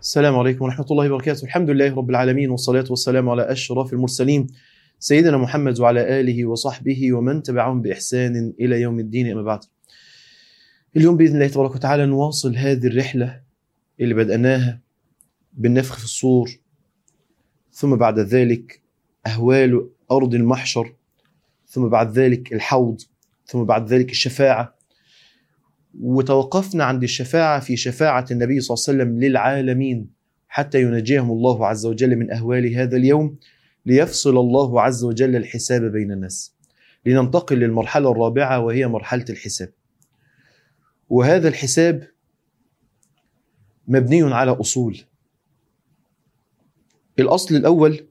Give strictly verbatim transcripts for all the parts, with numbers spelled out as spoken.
السلام عليكم ورحمة الله وبركاته. الحمد لله رب العالمين، والصلاة والسلام على أشرف المرسلين سيدنا محمد وعلى آله وصحبه ومن تبعهم بإحسان إلى يوم الدين. أما بعد، اليوم بإذن الله تبارك وتعالى نواصل هذه الرحلة اللي بدأناها بالنفخ في الصور، ثم بعد ذلك أهوال أرض المحشر، ثم بعد ذلك الحوض، ثم بعد ذلك الشفاعة. وتوقفنا عند الشفاعة في شفاعة النبي صلى الله عليه وسلم للعالمين حتى ينجيهم الله عز وجل من أهوال هذا اليوم، ليفصل الله عز وجل الحساب بين الناس. لننتقل للمرحلة الرابعة وهي مرحلة الحساب. وهذا الحساب مبني على أصول. الأصل الأول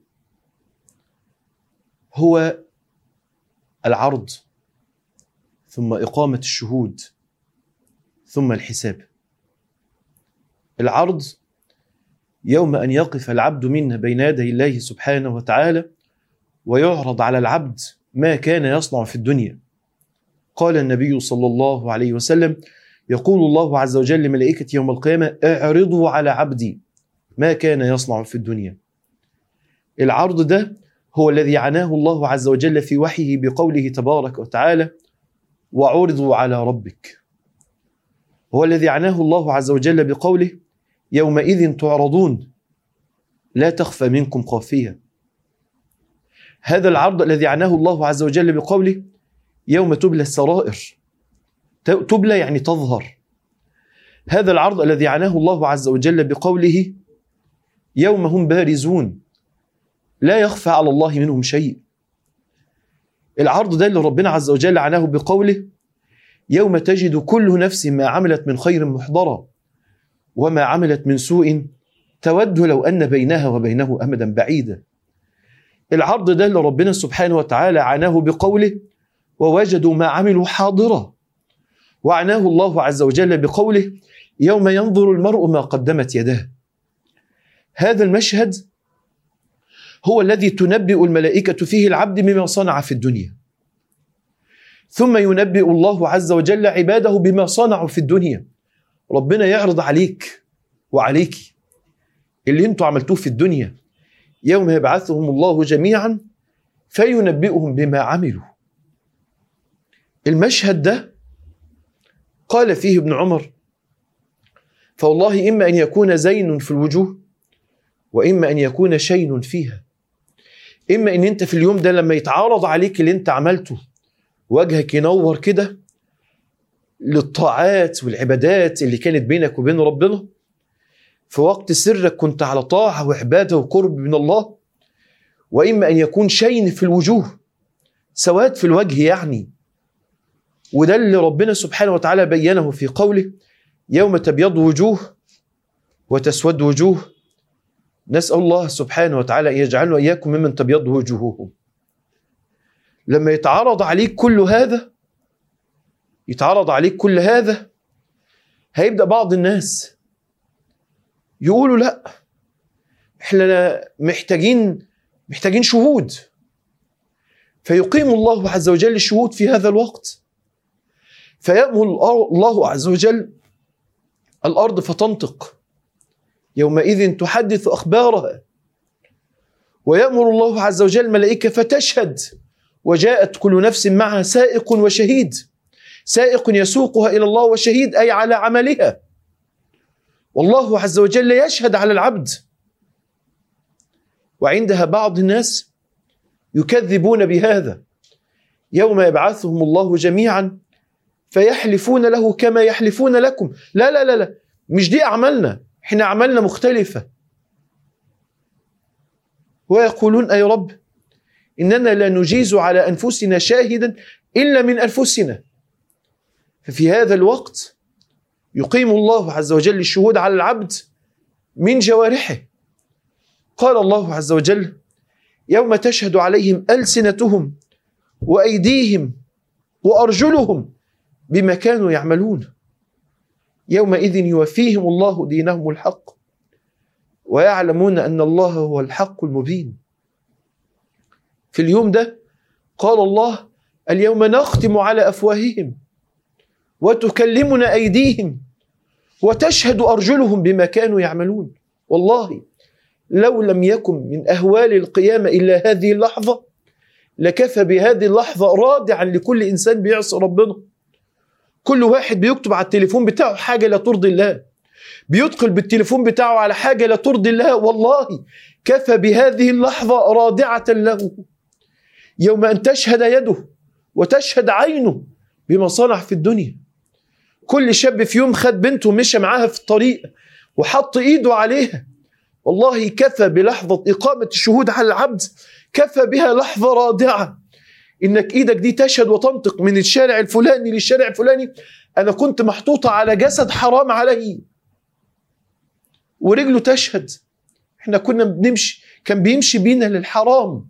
هو العرض، ثم إقامة الشهود، ثم الحساب. العرض يوم أن يقف العبد منا بين يدي الله سبحانه وتعالى ويعرض على العبد ما كان يصنع في الدنيا. قال النبي صلى الله عليه وسلم: يقول الله عز وجل لملائكة يوم القيامة: اعرضوا على عبدي ما كان يصنع في الدنيا. العرض ده هو الذي عناه الله عز وجل في وحيه بقوله تبارك وتعالى: وعرضوا على ربك. هو الذي عناه الله عز وجل بقوله: يومئذ تعرضون لا تخفى منكم خافية. هذا العرض الذي عناه الله عز وجل بقوله: يوم تبلى السرائر. تبلى يعني تظهر. هذا العرض الذي عناه الله عز وجل بقوله: يوم هم بارزون لا يخفى على الله منهم شيء. العرض ده اللي ربنا عز وجل عناه بقوله: يوم تجد كل نفس ما عملت من خير محضرا وما عملت من سوء تود لو أن بينها وبينه أمدا بعيدا. العرض ده اللي ربنا سبحانه وتعالى عناه بقوله: ووجدوا ما عملوا حاضرا. وعناه الله عز وجل بقوله: يوم ينظر المرء ما قدمت يداه. هذا المشهد هو الذي تنبئ الملائكة فيه العبد بما صنع في الدنيا، ثم ينبئ الله عز وجل عباده بما صنعوا في الدنيا. ربنا يعرض عليك وعليك اللي انتوا عملتوه في الدنيا، يوم يبعثهم الله جميعا فينبئهم بما عملوا. المشهد ده قال فيه ابن عمر: فوالله إما أن يكون زين في الوجوه وإما أن يكون شين فيها. إما أن أنت في اليوم ده لما يتعارض عليك اللي أنت عملته وجهك ينور كده للطاعات والعبادات اللي كانت بينك وبين ربنا، في وقت سرك كنت على طاعة وعبادة وقرب من الله. وإما أن يكون شين في الوجوه، سواد في الوجه يعني. وده اللي ربنا سبحانه وتعالى بينه في قوله: يوم تبيض وجوه وتسود وجوه. نسأل الله سبحانه وتعالى أن يجعلنا وإياكم ممن تبيض وجوههم. لما يتعرض عليك كل هذا يتعرض عليك كل هذا هيبدأ بعض الناس يقولوا: لا، احنا محتاجين محتاجين شهود. فيقيم الله عز وجل الشهود في هذا الوقت، فيأمر الله عز وجل الأرض فتنطق، يومئذ تحدث أخبارها. ويأمر الله عز وجل الملائكة فتشهد، وجاءت كل نفس معها سائق وشهيد. سائق يسوقها إلى الله، وشهيد أي على عملها. والله عز وجل يشهد على العبد. وعندها بعض الناس يكذبون بهذا: يوم يبعثهم الله جميعا فيحلفون له كما يحلفون لكم. لا لا لا لا، مش دي أعمالنا، احنا أعمالنا مختلفة. ويقولون: أي رب إننا لا نجيز على أنفسنا شاهدا إلا من أنفسنا. ففي هذا الوقت يقيم الله عز وجل الشهود على العبد من جوارحه. قال الله عز وجل: يوم تشهد عليهم ألسنتهم وأيديهم وأرجلهم بما كانوا يعملون. يومئذ يوفيهم الله دينهم الحق ويعلمون أن الله هو الحق المبين. في اليوم ده قال الله: اليوم نختم على أفواههم وتكلمنا أيديهم وتشهد أرجلهم بما كانوا يعملون. والله لو لم يكن من أهوال القيامة إلا هذه اللحظة لكفى بهذه اللحظة رادعا لكل إنسان بيعصي ربنا. كل واحد بيكتب على التليفون بتاعه حاجة لا ترضي الله، بيدخل بالتليفون بتاعه على حاجة لا ترضي الله، والله كفى بهذه اللحظة رادعة له يوم أن تشهد يده وتشهد عينه بما صنع في الدنيا. كل شاب في يوم خد بنته ومشى معاها في الطريق وحط إيده عليها، والله كفى بلحظة إقامة الشهود على العبد، كفى بها لحظة رادعة إنك إيدك دي تشهد وتنطق من الشارع الفلاني للشارع الفلاني أنا كنت محطوطة على جسد حرام علي، ورجله تشهد إحنا كنا بنمشي كان بيمشي بينا للحرام.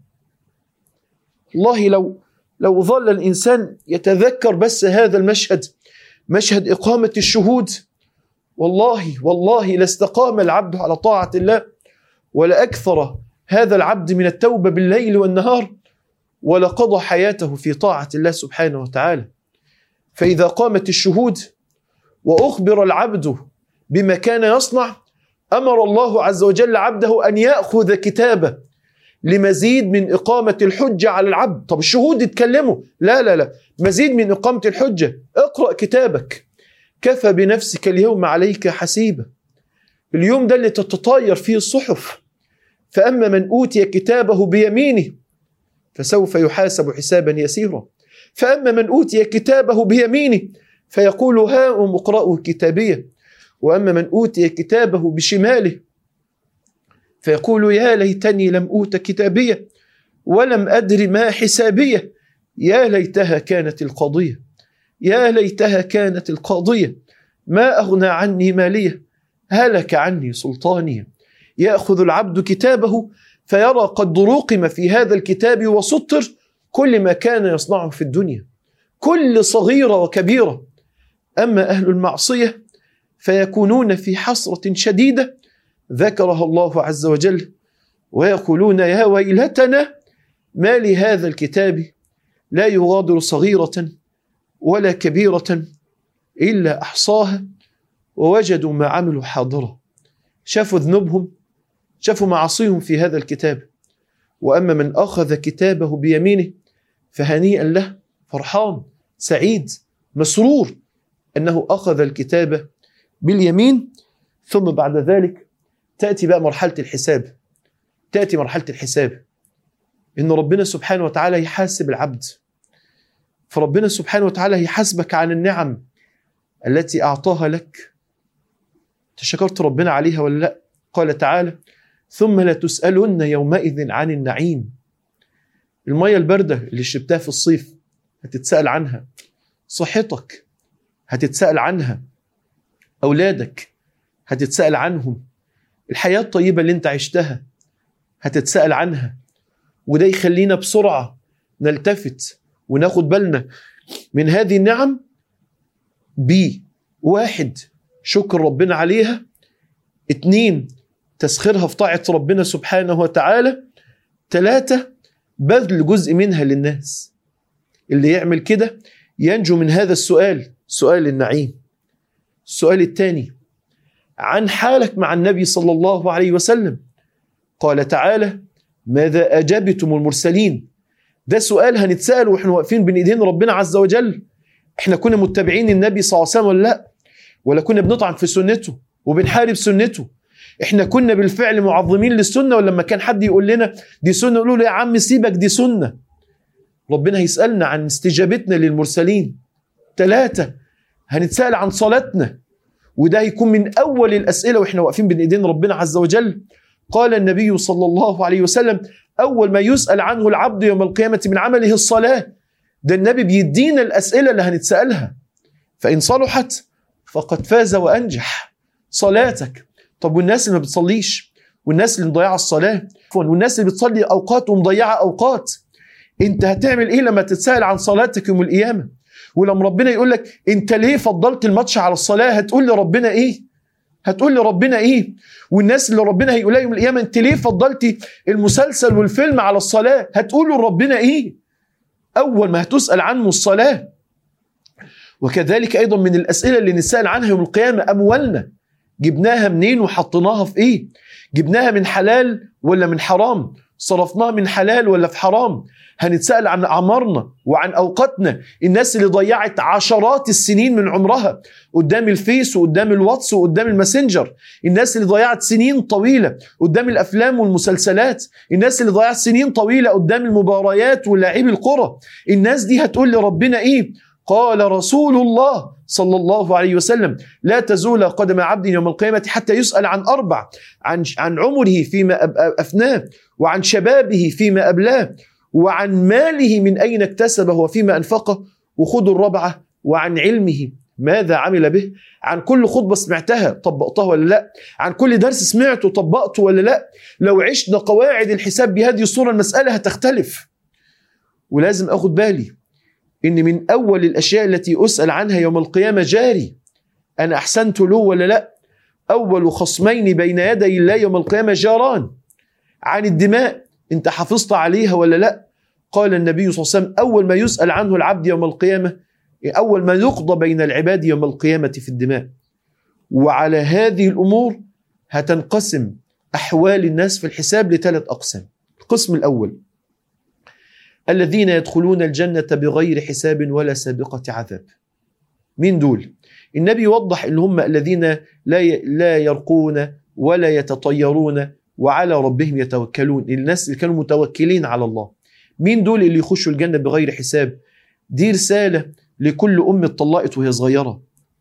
والله لو لو ظل الإنسان يتذكر بس هذا المشهد، مشهد إقامة الشهود، والله والله لاستقام العبد على طاعة الله، ولأكثر هذا العبد من التوبة بالليل والنهار، ولقضى حياته في طاعة الله سبحانه وتعالى. فإذا قامت الشهود وأخبر العبد بما كان يصنع، أمر الله عز وجل عبده أن يأخذ كتابه لمزيد من إقامة الحجة على العبد. طب الشهود يتكلموا، لا لا لا، مزيد من إقامة الحجة، اقرأ كتابك، كفى بنفسك اليوم عليك حسيبا. اليوم ده اللي تتطاير فيه الصحف. فأما من أوتي كتابه بيمينه فسوف يحاسب حسابا يسيرا، فأما من أوتي كتابه بيمينه فيقول هاؤم اقرأوا كتابيه، وأما من أوتي كتابه بشماله فيقول يا ليتني لم أوت كتابيه ولم أدر ما حسابيه، يا ليتها كانت القضية، يا ليتها كانت القاضية، ما أغنى عني مالية، هلك عني سلطاني. يأخذ العبد كتابه فيرى قد رقم في هذا الكتاب وسطر كل ما كان يصنعه في الدنيا، كل صغيرة وكبيرة. أما أهل المعصية فيكونون في حسرة شديدة ذكرها الله عز وجل، ويقولون يا ويلتنا ما لهذا الكتاب لا يغادر صغيرة ولا كبيرة إلا أحصاها ووجدوا ما عملوا حاضرة. شافوا ذنوبهم، شافوا معاصيهم في هذا الكتاب. وأما من أخذ كتابه بيمينه فهنيئا له، فرحان سعيد مسرور أنه أخذ الكتاب باليمين. ثم بعد ذلك تأتي بقى مرحلة الحساب، تأتي مرحلة الحساب إن ربنا سبحانه وتعالى يحاسب العبد. فربنا سبحانه وتعالى يحاسبك عن النعم التي أعطاها لك، تشكرت ربنا عليها ولا لا؟ قال تعالى ثم لا تسألن يومئذ عن النعيم. المية الباردة اللي شربتها في الصيف هتتسأل عنها، صحتك هتتسأل عنها، أولادك هتتسأل عنهم، الحياة الطيبة اللي انت عشتها هتتسأل عنها. وده يخلينا بسرعة نلتفت وناخد بالنا من هذه النعم. بواحد شكر ربنا عليها، اتنين تسخيرها في طاعة ربنا سبحانه وتعالى، ثلاثة بذل جزء منها للناس. اللي يعمل كده ينجو من هذا السؤال، سؤال النعيم. السؤال الثاني عن حالك مع النبي صلى الله عليه وسلم. قال تعالى ماذا أجابتم المرسلين؟ ده سؤال هنتسأل وإحنا واقفين بين إيدين ربنا عز وجل. إحنا كنا متبعين النبي صلى الله عليه وسلم ولا لا؟ ولا كنا بنطعن في سنته وبنحارب سنته؟ إحنا كنا بالفعل معظمين للسنة، ولا لما كان حد يقول لنا دي سنة نقول له يا عم سيبك دي سنة؟ ربنا هيسألنا عن استجابتنا للمرسلين. ثلاثة هنتسأل عن صلاتنا، وده هيكون من أول الأسئلة وإحنا واقفين بين إيدين ربنا عز وجل. قال النبي صلى الله عليه وسلم أول ما يسأل عنه العبد يوم القيامة من عمله الصلاة. ده النبي بيدينا الأسئلة اللي هنتسألها، فإن صلحت فقد فاز وأنجح. صلاتك، طب والناس اللي ما بتصليش، والناس اللي مضيعة الصلاة، والناس اللي بتصلي أوقات ومضيعة أوقات، أنت هتعمل إيه لما تتسأل عن صلاتك يوم القيامة؟ ولما ربنا يقول لك أنت ليه فضلت الماتش على الصلاة، هتقول لربنا إيه؟ هتقول لربنا إيه؟ والناس اللي ربنا هيقول لها يوم القيامة أنت ليه فضلتي المسلسل والفيلم على الصلاة، هتقول لربنا إيه؟ أول ما هتسأل عنه الصلاة. وكذلك أيضا من الأسئلة اللي نسأل عنها يوم القيامة أموالنا، جبناها منين وحطيناها في إيه؟ جبناها من حلال ولا من حرام؟ صرفناها من حلال ولا في حرام؟ هنتسأل عن أعمارنا وعن أوقاتنا. الناس اللي ضيعت عشرات السنين من عمرها قدام الفيس وقدام الواتس وقدام الماسنجر، الناس اللي ضيعت سنين طويلة قدام الأفلام والمسلسلات، الناس اللي ضيعت سنين طويلة قدام المباريات ولاعبي الكرة، الناس دي هتقول لربنا إيه؟ قال رسول الله صلى الله عليه وسلم: لا تزول قدم عبد يوم القيامة حتى يسأل عن أربع، عن عن عمره فيما أفناه، وعن شبابه فيما أبلاه، وعن ماله من أين اكتسبه وفيما أنفقه، وخذوا الرابعة وعن علمه ماذا عمل به. عن كل خطبة سمعتها طبقتها ولا لا؟ عن كل درس سمعته طبقته ولا لا؟ لو عشنا قواعد الحساب بهذه الصورة المسألة هتختلف. ولازم أخذ بالي إن من أول الأشياء التي أسأل عنها يوم القيامة جاري، أنا أحسنت له ولا لا؟ أول خصمين بين يدي الله يوم القيامة جاران. عن الدماء، أنت حافظت عليها ولا لا؟ قال النبي صلى الله عليه وسلم: أول ما يسأل عنه العبد يوم القيامة، أول ما يقضى بين العباد يوم القيامة في الدماء. وعلى هذه الأمور هتنقسم أحوال الناس في الحساب لثلاث أقسام. القسم الأول: الذين يدخلون الجنة بغير حساب ولا سابقة عذاب. مين دول؟ النبي يوضح إن هم الذين لا لا يرقون ولا يتطيرون وعلى ربهم يتوكلون، الناس اللي كانوا متوكلين على الله. مين دول اللي يخشوا الجنة بغير حساب؟ دي رسالة لكل أم اتطلقت وهي صغيرة،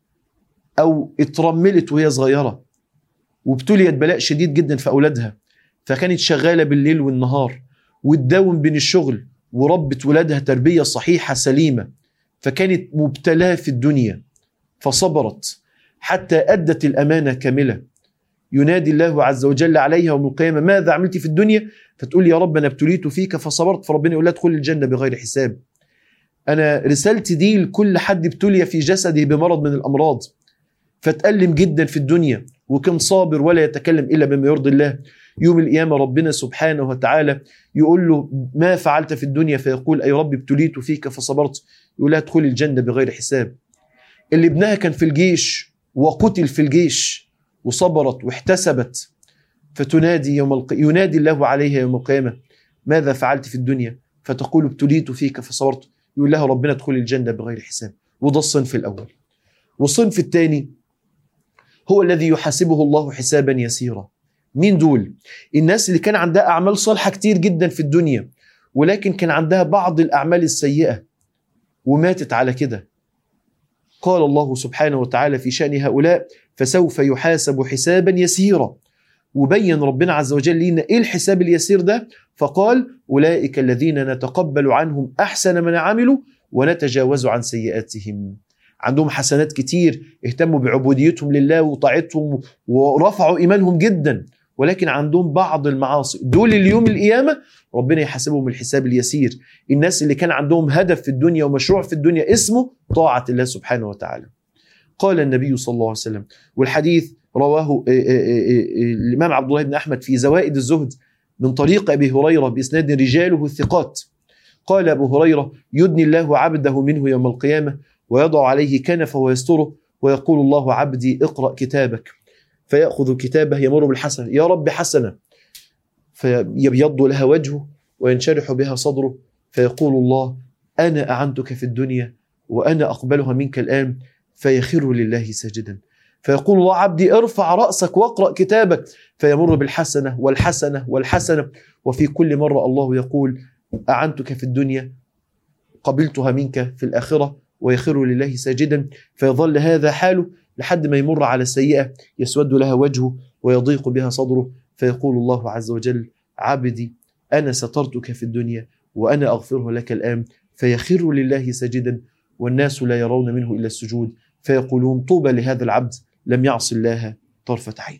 أو اترملت وهي صغيرة، وابتليت بلاء شديد جدا في أولادها، فكانت شغالة بالليل والنهار وتداوم بين الشغل وربت ولادها تربية صحيحة سليمة، فكانت مبتلاة في الدنيا فصبرت حتى أدت الأمانة كاملة. ينادي الله عز وجل عليها يوم القيامة: ماذا عملت في الدنيا؟ فتقول: يا رب أنا ابتليت فيك فصبرت. فربنا يقول لها: ادخل الجنة بغير حساب. أنا رسالتي دي لكل حد ابتلي في جسده بمرض من الأمراض فتألم جدا في الدنيا وكان صابر ولا يتكلم إلا بما يرضي الله. يوم القيامة ربنا سبحانه وتعالى يقول له: ما فعلت في الدنيا؟ فيقول: أي رب ابتليت فيك فصبرت. يقول لها: ادخل الجنة بغير حساب. اللي ابنها كان في الجيش وقتل في الجيش وصبرت واحتسبت، فتنادي يوم الق... ينادي الله عليها يوم القيامة: ماذا فعلت في الدنيا؟ فتقول: ابتليت فيك فصبرت. يقول لها ربنا: ادخل الجنة بغير حساب. وده الصنف الأول. والصنف الثاني هو الذي يحاسبه الله حسابا يسيرا. مين دول؟ الناس اللي كان عندها أعمال صالحة كتير جدا في الدنيا، ولكن كان عندها بعض الأعمال السيئة وماتت على كده. قال الله سبحانه وتعالى في شأن هؤلاء: فسوف يحاسب حسابا يسيرا. وبين ربنا عز وجل لنا إيه الحساب اليسير ده؟ فقال: أولئك الذين نتقبل عنهم أحسن ما عملوا ونتجاوز عن سيئاتهم. عندهم حسنات كتير، اهتموا بعبوديتهم لله وطاعتهم ورفعوا إيمانهم جدا، ولكن عندهم بعض المعاصي. دول اليوم القيامة ربنا يحاسبهم الحساب اليسير. الناس اللي كان عندهم هدف في الدنيا ومشروع في الدنيا اسمه طاعة الله سبحانه وتعالى. قال النبي صلى الله عليه وسلم، والحديث رواه الإمام عبد الله بن أحمد في زوائد الزهد من طريق أبي هريرة بإسناد رجاله الثقات. قال أبو هريرة: يدني الله عبده منه يوم القيامة ويضع عليه كنفه ويستره، ويقول الله: عبدي اقرأ كتابك. فيأخذ كتابه يمر بالحسنة: يا رب حسنة. فيبيض لها وجهه وينشرح بها صدره، فيقول الله: أنا أعنتك في الدنيا وأنا أقبلها منك الآن. فيخر لله ساجدا. فيقول الله: عبدي ارفع رأسك واقرأ كتابك. فيمر بالحسنة والحسنة والحسنة، وفي كل مرة الله يقول: أعنتك في الدنيا قبلتها منك في الآخرة، ويخر لله ساجدا. فيظل هذا حاله لحد ما يمر على السيئة يسود لها وجهه ويضيق بها صدره، فيقول الله عز وجل: عبدي أنا سترتك في الدنيا وأنا أغفره لك الآن. فيخر لله ساجدا، والناس لا يرون منه إلا السجود، فيقولون: طوبى لهذا العبد لم يعص الله طرفة عين.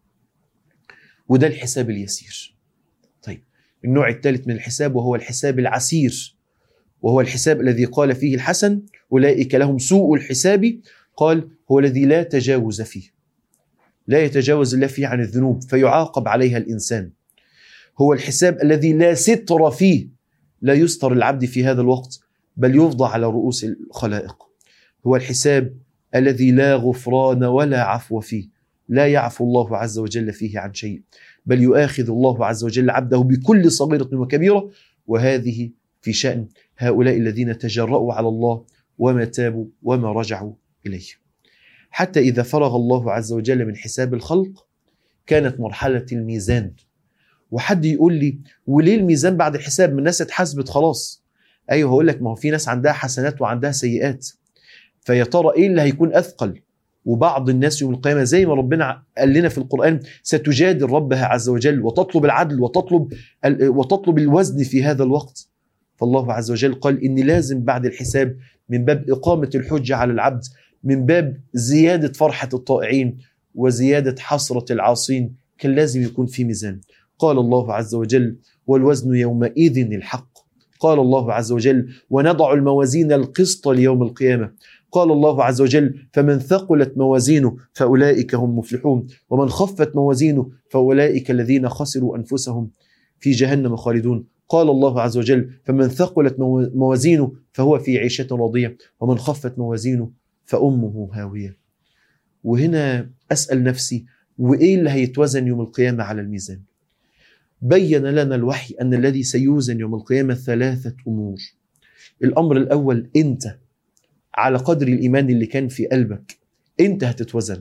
وده الحساب اليسير. طيب، النوع الثالث من الحساب وهو الحساب العسير، وهو الحساب الذي قال فيه الحسن: أولئك لهم سوء الحساب. قال: هو الذي لا تجاوز فيه، لا يتجاوز الله فيه عن الذنوب فيعاقب عليها الإنسان. هو الحساب الذي لا ستر فيه، لا يستر العبد في هذا الوقت بل يفضى على رؤوس الخلائق. هو الحساب الذي لا غفران ولا عفو فيه، لا يعفو الله عز وجل فيه عن شيء، بل يؤاخذ الله عز وجل عبده بكل صغيرة وكبيرة، وهذه في شأن هؤلاء الذين تجرؤوا على الله وما تابوا وما رجعوا إليه. حتى إذا فرغ الله عز وجل من حساب الخلق كانت مرحلة الميزان. وحد يقول لي وليه الميزان بعد الحساب؟ من الناس اتحسبت خلاص. أيوه هقول لك، ما هو في ناس عندها حسنات وعندها سيئات، فيا ترى إيه اللي هيكون أثقل؟ وبعض الناس يوم القيامة زي ما ربنا قال لنا في القرآن ستجادل ربها عز وجل وتطلب العدل وتطلب وتطلب الوزن في هذا الوقت. فالله عز وجل قال إن لازم بعد الحساب من باب إقامة الحجة على العبد، من باب زيادة فرحة الطائعين وزيادة حسرة العاصين، كان لازم يكون في ميزان. قال الله عز وجل والوزن يومئذ الحق. قال الله عز وجل ونضع الموازين القسط ليوم القيامة. قال الله عز وجل فمن ثقلت موازينه فأولئك هم مفلحون ومن خفت موازينه فأولئك الذين خسروا أنفسهم في جهنم خالدون. قال الله عز وجل فمن ثقلت موازينه فهو في عيشة راضية ومن خفت موازينه فأمه هاوية. وهنا أسأل نفسي، وإيه اللي هيتوزن يوم القيامة على الميزان؟ بين لنا الوحي أن الذي سيوزن يوم القيامة ثلاثة أمور. الأمر الأول، أنت على قدر الإيمان اللي كان في قلبك أنت هتتوزن.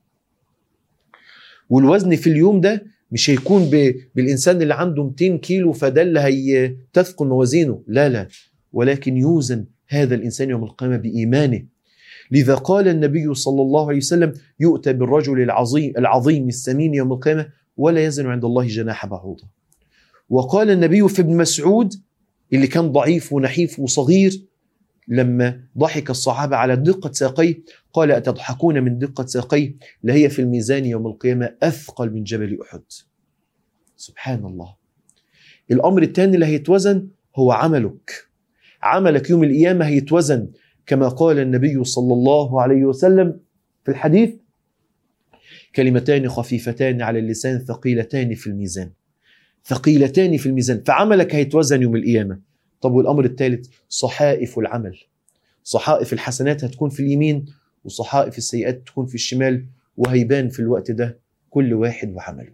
والوزن في اليوم ده مش هيكون بالإنسان اللي عنده مئتين كيلو فده اللي هي تثقل موازينه، لا لا، ولكن يوزن هذا الإنسان يوم القيامة بإيمانه. لذا قال النبي صلى الله عليه وسلم يؤتى بالرجل العظيم العظيم السمين يوم القيامة ولا يزن عند الله جناح بعوضة. وقال النبي في ابن مسعود اللي كان ضعيف ونحيف وصغير لما ضحك الصحابة على دقة ساقيه قال أتضحكون من دقة ساقيه لهي في الميزان يوم القيامة أثقل من جبل أحد. سبحان الله. الأمر الثاني اللي هيتوزن هو عملك. عملك يوم القيامة هيتوزن كما قال النبي صلى الله عليه وسلم في الحديث كلمتان خفيفتان على اللسان ثقيلتان في الميزان. ثقيلتان في الميزان، فعملك هيتوزن يوم القيامة. طب والأمر الثالث صحائف العمل. صحائف الحسنات هتكون في اليمين وصحائف السيئات تكون في الشمال، وهيبان في الوقت ده كل واحد وعمله.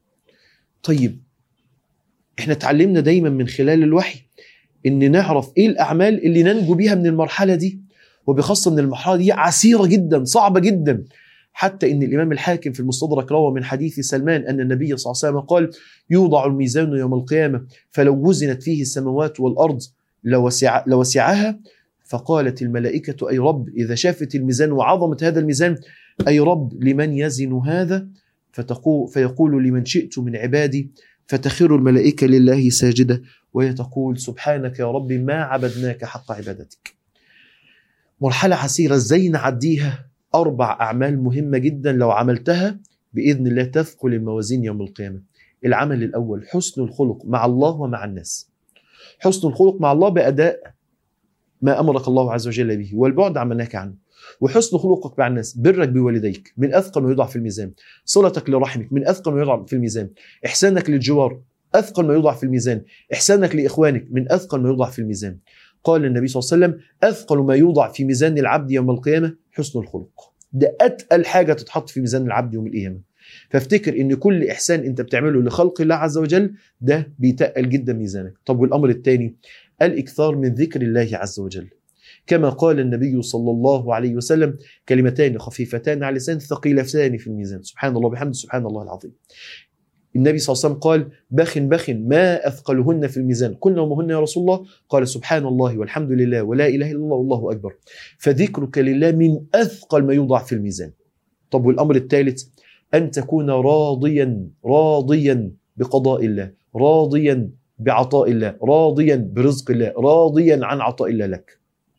طيب احنا اتعلمنا دايما من خلال الوحي ان نعرف ايه الأعمال اللي ننجو بيها من المرحلة دي، وبخاصة من المرحلة دي عسيرة جدا صعبة جدا، حتى ان الإمام الحاكم في المستدرك روى من حديث سلمان أن النبي صلى الله عليه وسلم قال يوضع الميزان يوم القيامة فلو وزنت فيه السماوات والأرض لوسع لوسعها. فقالت الملائكة أي رب إذا شافت الميزان وعظمة هذا الميزان أي رب لمن يزن هذا؟ فتقول فيقول لمن شئت من عبادي، فتخر الملائكة لله ساجدة وهي تقول سبحانك يا رب ما عبدناك حق عبادتك. مرحلة عسيرة ازاي نعديها؟ أربع أعمال مهمة جدا لو عملتها بإذن الله تثقل الموازين يوم القيامة. العمل الأول حسن الخلق مع الله ومع الناس. حسن الخلق مع الله بأداء ما أمرك الله عز وجل به والبعد عما نهاك عنه. وحسن خلقك مع الناس، برك بوالديك من أثقل ما يوضع في الميزان. صلتك لرحمك من أثقل ما يوضع في الميزان. إحسانك للجوار أثقل ما يوضع في الميزان. إحسانك لإخوانك من أثقل ما يوضع في الميزان. قال النبي صلى الله عليه وسلم أثقل ما يوضع في ميزان العبد يوم القيامة حسن الخلق. ده أتقل حاجة تتحط في ميزان العبد يوم القيامة. فافتكر إن كل إحسان أنت بتعمله لخلق الله عز وجل ده بيتقل جدا ميزانك. طب والأمر الثاني الإكثار من ذكر الله عز وجل، كما قال النبي صلى الله عليه وسلم كلمتان خفيفتان على اللسان ثقيلتان في الميزان. سبحان الله وبحمده سبحان الله العظيم. النبي صلى الله عليه وسلم قال بخ بخ ما أثقلهن في الميزان. قلنا وما هن يا رسول الله؟ قال سبحان الله والحمد لله ولا إله إلا الله والله أكبر. فذكرك لله من أثقل ما يوضع في الميزان. طب والأمر الثالث أن تكون راضيا راضيا بقضاء الله، راضيا بعطاء الله، راضيا برزق الله، راضيا عن عطاء الله لك.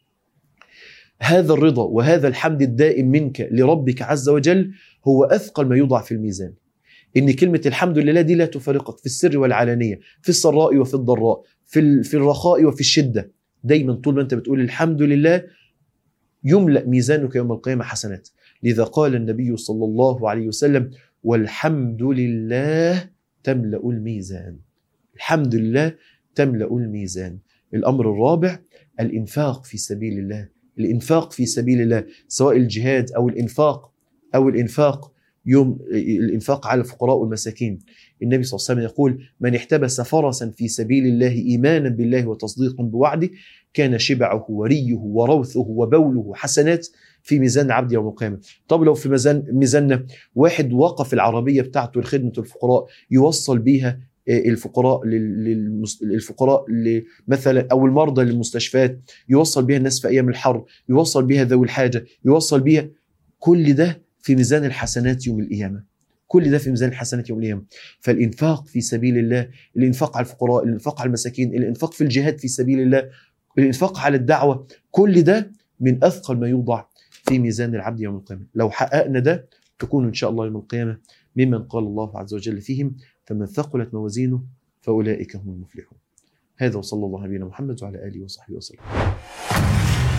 هذا الرضا وهذا الحمد الدائم منك لربك عز وجل هو أثقل ما يوضع في الميزان. إن كلمة الحمد لله دي لا تفارقك في السر والعلانية، في السراء وفي الضراء، في في الرخاء وفي الشدة. دايما طول ما أنت بتقول الحمد لله يملأ ميزانك يوم القيامة حسنات. لذا قال النبي صلى الله عليه وسلم والحمد لله تملأ الميزان. الحمد لله تملأ الميزان. الأمر الرابع الإنفاق في سبيل الله. الإنفاق في سبيل الله سواء الجهاد أو الإنفاق أو الإنفاق يوم الإنفاق على الفقراء والمساكين. النبي صلى الله عليه وسلم يقول: من احتبس فرسا في سبيل الله إيمانا بالله وتصديقا بوعده كان شبعه وريه وروثه وبوله حسنات في ميزان العبد يوم القيامة. طب لو في ميزان ميزاننا واحد وقف العربية بتاعته لخدمة الفقراء يوصل بيها الفقراء للفقراء مثلا او المرضى للمستشفيات، يوصل بيها الناس في ايام الحر، يوصل بيها ذوي الحاجه، يوصل بيها، كل ده في ميزان الحسنات يوم القيامه. كل ده في ميزان الحسنات يوم القيامه. فالانفاق في سبيل الله، الانفاق على الفقراء، الانفاق على المساكين، الانفاق في الجهاد في سبيل الله، الانفاق على الدعوه، كل ده من اثقل ما يوضع في ميزان العبد يوم القيامه. لو حققنا ده تكون ان شاء الله يوم القيامه ممن قال الله عز وجل فيهم: فمن ثقلت موازينه فأولئك هم المفلحون. هذا وصلى الله على نبينا محمد وعلى آله وصحبه وسلم.